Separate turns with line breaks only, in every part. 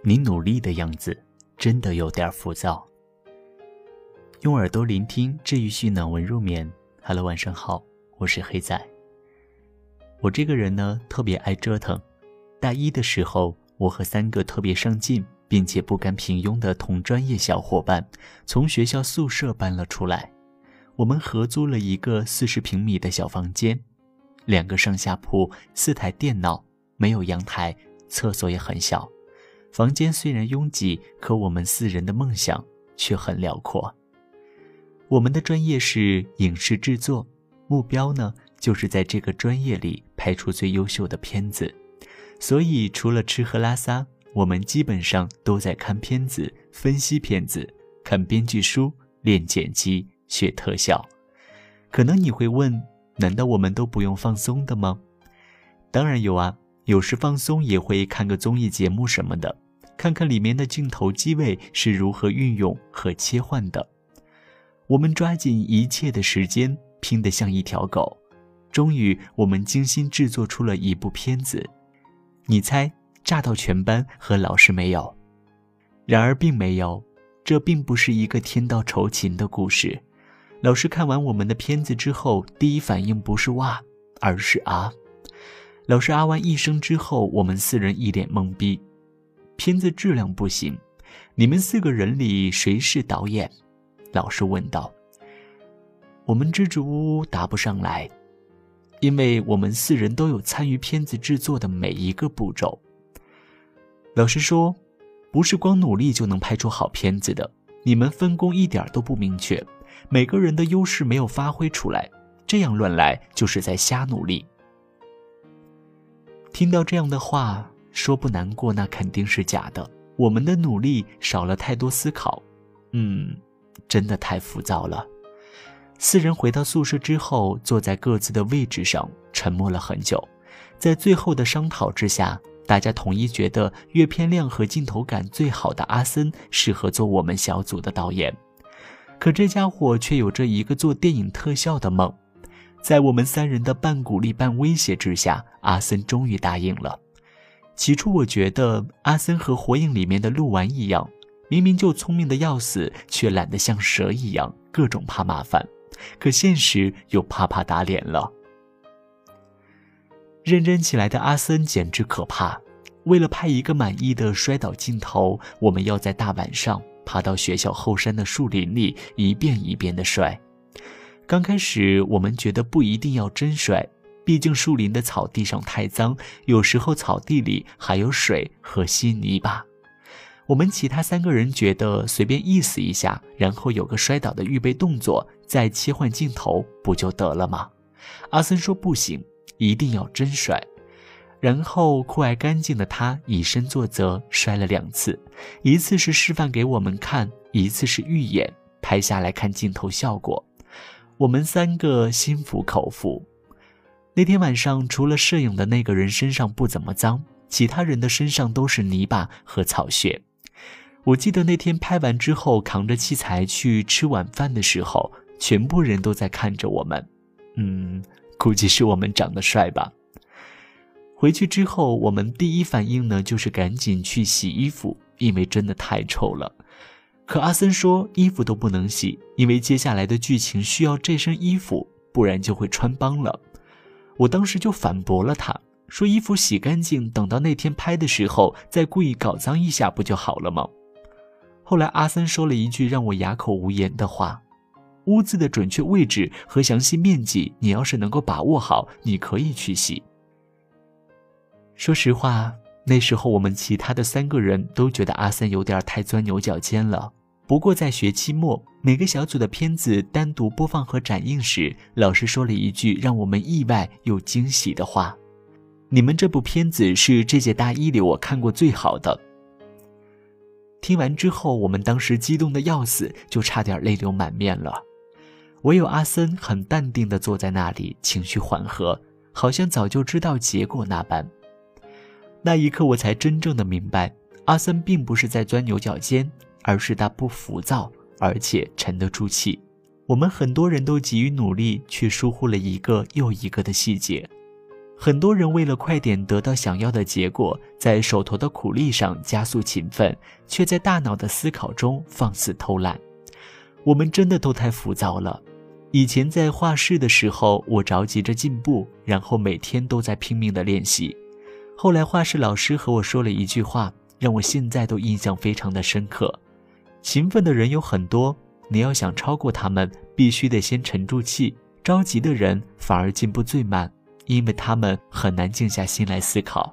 你努力的样子真的有点浮躁。用耳朵聆听治愈系暖文入眠。Hello， 晚上好，我是黑仔。我这个人呢，特别爱折腾。大一的时候，我和3个特别上进并且不甘平庸的同专业小伙伴从学校宿舍搬了出来。我们合租了一个40平米的小房间，2个上下铺，4台电脑，没有阳台，厕所也很小。房间虽然拥挤，可我们4人的梦想却很辽阔。我们的专业是影视制作，目标呢，就是在这个专业里拍出最优秀的片子。所以除了吃喝拉撒，我们基本上都在看片子、分析片子、看编剧书、练剪辑、学特效。可能你会问，难道我们都不用放松的吗？当然有啊，有时放松也会看个综艺节目什么的，看看里面的镜头机位是如何运用和切换的。我们抓紧一切的时间，拼得像一条狗。终于我们精心制作出了一部片子，你猜炸到全班和老师没有？然而并没有，这并不是一个天道酬勤的故事。老师看完我们的片子之后，第一反应不是哇，而是啊。老师啊完一声之后，我们4人一脸懵逼。片子质量不行，你们4个人里谁是导演？老师问道。我们支支吾吾答不上来，因为我们4人都有参与片子制作的每一个步骤。老师说，不是光努力就能拍出好片子的，你们分工一点都不明确，每个人的优势没有发挥出来，这样乱来就是在瞎努力。听到这样的话，说不难过那肯定是假的，我们的努力少了太多思考，真的太浮躁了。4人回到宿舍之后，坐在各自的位置上，沉默了很久。在最后的商讨之下，大家统一觉得阅片量和镜头感最好的阿森适合做我们小组的导演。可这家伙却有着一个做电影特效的梦。在我们3人的半鼓励半威胁之下，阿森终于答应了。起初我觉得阿森和火影里面的鹿丸一样，明明就聪明的要死，却懒得像蛇一样各种怕麻烦，可现实又啪啪打脸了。认真起来的阿森简直可怕。为了拍一个满意的摔倒镜头，我们要在大晚上爬到学校后山的树林里，一遍一遍地摔。刚开始我们觉得不一定要真摔，毕竟树林的草地上太脏，有时候草地里还有水和稀泥巴。我们其他3个人觉得随便意思一下，然后有个摔倒的预备动作，再切换镜头不就得了吗？阿森说不行，一定要真摔。然后酷爱干净的他以身作则，摔了2次，一次是示范给我们看，一次是预演，拍下来看镜头效果。我们3个心服口服。那天晚上，除了摄影的那个人身上不怎么脏，其他人的身上都是泥巴和草屑。我记得那天拍完之后，扛着器材去吃晚饭的时候，全部人都在看着我们。估计是我们长得帅吧。回去之后，我们第一反应呢，就是赶紧去洗衣服，因为真的太臭了。可阿森说衣服都不能洗，因为接下来的剧情需要这身衣服，不然就会穿帮了。我当时就反驳了他，说衣服洗干净，等到那天拍的时候再故意搞脏一下不就好了吗？后来阿森说了一句让我哑口无言的话，污渍的准确位置和详细面积，你要是能够把握好，你可以去洗。说实话，那时候我们其他的3个人都觉得阿森有点太钻牛角尖了。不过在学期末，每个小组的片子单独播放和展映时，老师说了一句让我们意外又惊喜的话：你们这部片子是这届大一里我看过最好的。听完之后，我们当时激动得要死，就差点泪流满面了。唯有阿森很淡定地坐在那里，情绪缓和，好像早就知道结果那般。那一刻我才真正的明白，阿森并不是在钻牛角尖，而是他不浮躁，而且沉得住气。我们很多人都急于努力，却疏忽了一个又一个的细节。 很多人为了快点得到想要的结果，在手头的苦力上加速勤奋，却在大脑的思考中放肆偷懒。我们真的都太浮躁了。以前在画室的时候，我着急着进步，然后每天都在拼命的练习。后来画室老师和我说了一句话，让我现在都印象非常的深刻：勤奋的人有很多，你要想超过他们，必须得先沉住气。着急的人反而进步最慢，因为他们很难静下心来思考。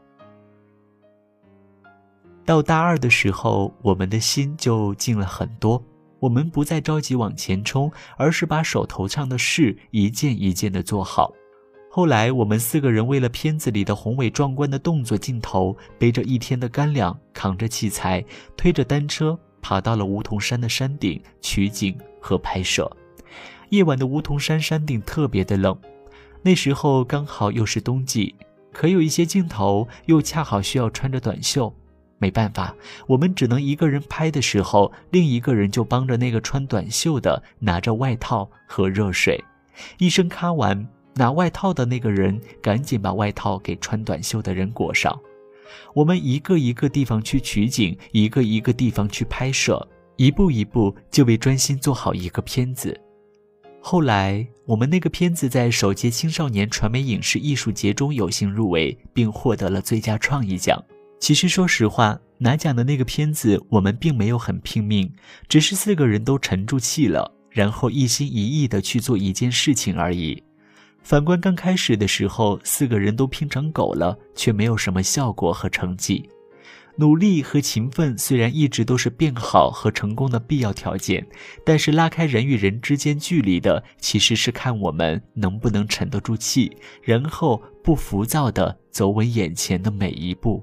到大二的时候，我们的心就静了很多，我们不再着急往前冲，而是把手头上的事一件一件地做好。后来我们4个人为了片子里的宏伟壮观的动作镜头，背着1天的干粮，扛着器材，推着单车，爬到了梧桐山的山顶取景和拍摄。夜晚的梧桐山山顶特别的冷，那时候刚好又是冬季，可有一些镜头又恰好需要穿着短袖。没办法，我们只能一个人拍的时候，另一个人就帮着那个穿短袖的拿着外套和热水。一声咔完，拿外套的那个人赶紧把外套给穿短袖的人裹上。我们一个一个地方去取景，一个一个地方去拍摄，一步一步就为专心做好一个片子。后来我们那个片子在首届青少年传媒影视艺术节中有幸入围，并获得了最佳创意奖。其实说实话，拿奖的那个片子我们并没有很拼命，只是4个人都沉住气了，然后一心一意地去做一件事情而已。反观刚开始的时候，4个人都拼成狗了，却没有什么效果和成绩。努力和勤奋虽然一直都是变好和成功的必要条件，但是拉开人与人之间距离的，其实是看我们能不能沉得住气，然后不浮躁地走稳眼前的每一步。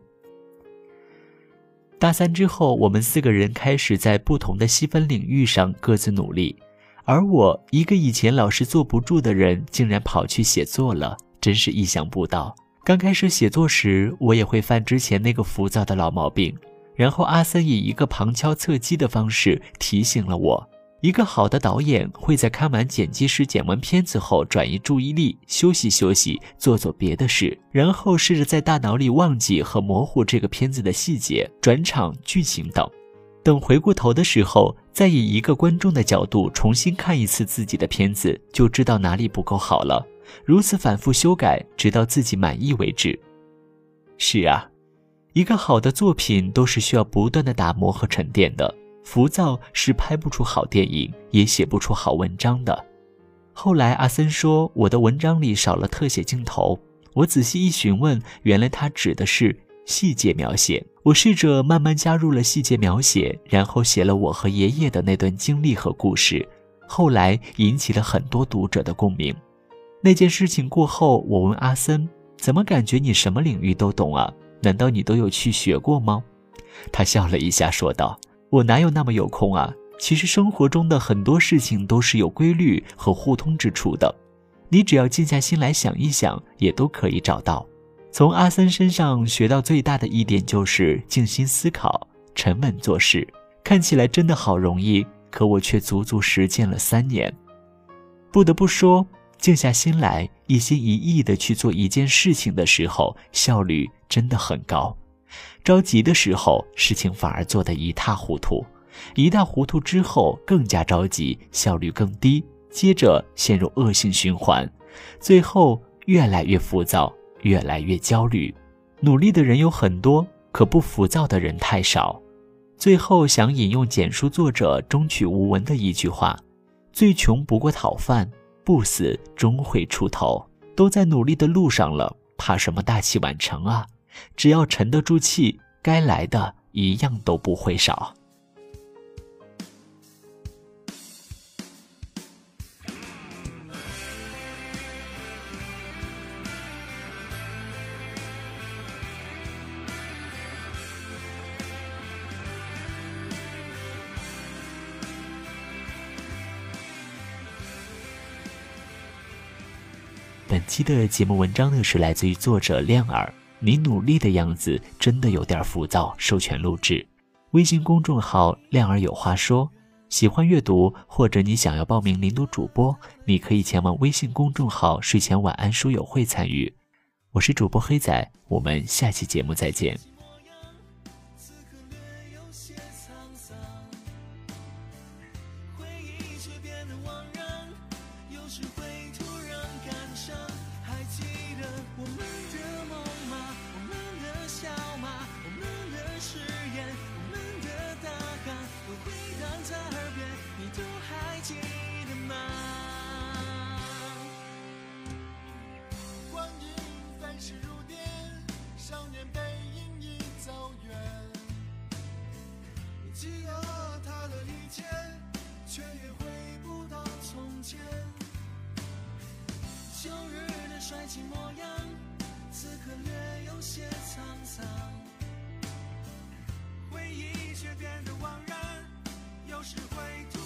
大3之后，我们4个人开始在不同的细分领域上各自努力，而我一个以前老是坐不住的人，竟然跑去写作了，真是意想不到。刚开始写作时，我也会犯之前那个浮躁的老毛病，然后阿森以一个旁敲侧击的方式提醒了我。一个好的导演会在看完剪辑师剪完片子后转移注意力，休息休息，做别的事，然后试着在大脑里忘记和模糊这个片子的细节、转场、剧情等。等回过头的时候，再以一个观众的角度重新看一次自己的片子，就知道哪里不够好了。如此反复修改，直到自己满意为止。是啊，一个好的作品都是需要不断的打磨和沉淀的，浮躁是拍不出好电影，也写不出好文章的。后来阿森说我的文章里少了特写镜头，我仔细一询问，原来他指的是细节描写。我试着慢慢加入了细节描写，然后写了我和爷爷的那段经历和故事，后来引起了很多读者的共鸣。那件事情过后，我问阿森，怎么感觉你什么领域都懂啊？难道你都有去学过吗？他笑了一下说道，我哪有那么有空啊？其实生活中的很多事情都是有规律和互通之处的，你只要静下心来想一想，也都可以找到。从阿森身上学到最大的一点就是静心思考，沉稳做事。看起来真的好容易，可我却足足实践了3年。不得不说，静下心来，一心一意地去做一件事情的时候，效率真的很高。着急的时候，事情反而做得一塌糊涂，一塌糊涂之后更加着急，效率更低，接着陷入恶性循环，最后越来越浮躁，越来越焦虑。努力的人有很多，可不浮躁的人太少。最后想引用简书作者中曲无闻的一句话，最穷不过讨饭，不死终会出头。都在努力的路上了，怕什么大器晚成啊？只要沉得住气，该来的一样都不会少。本期的节目文章呢是来自于作者亮儿，你努力的样子真的有点浮躁，授权录制。微信公众号亮儿有话说，喜欢阅读或者你想要报名领读主播，你可以前往微信公众号睡前晚安书友会参与。 我是主播黑仔，我们下期节目再见。
记得他的一切，却也回不到从前。旧日的帅气模样，此刻略有些沧桑。回忆却变得惘然，有时会突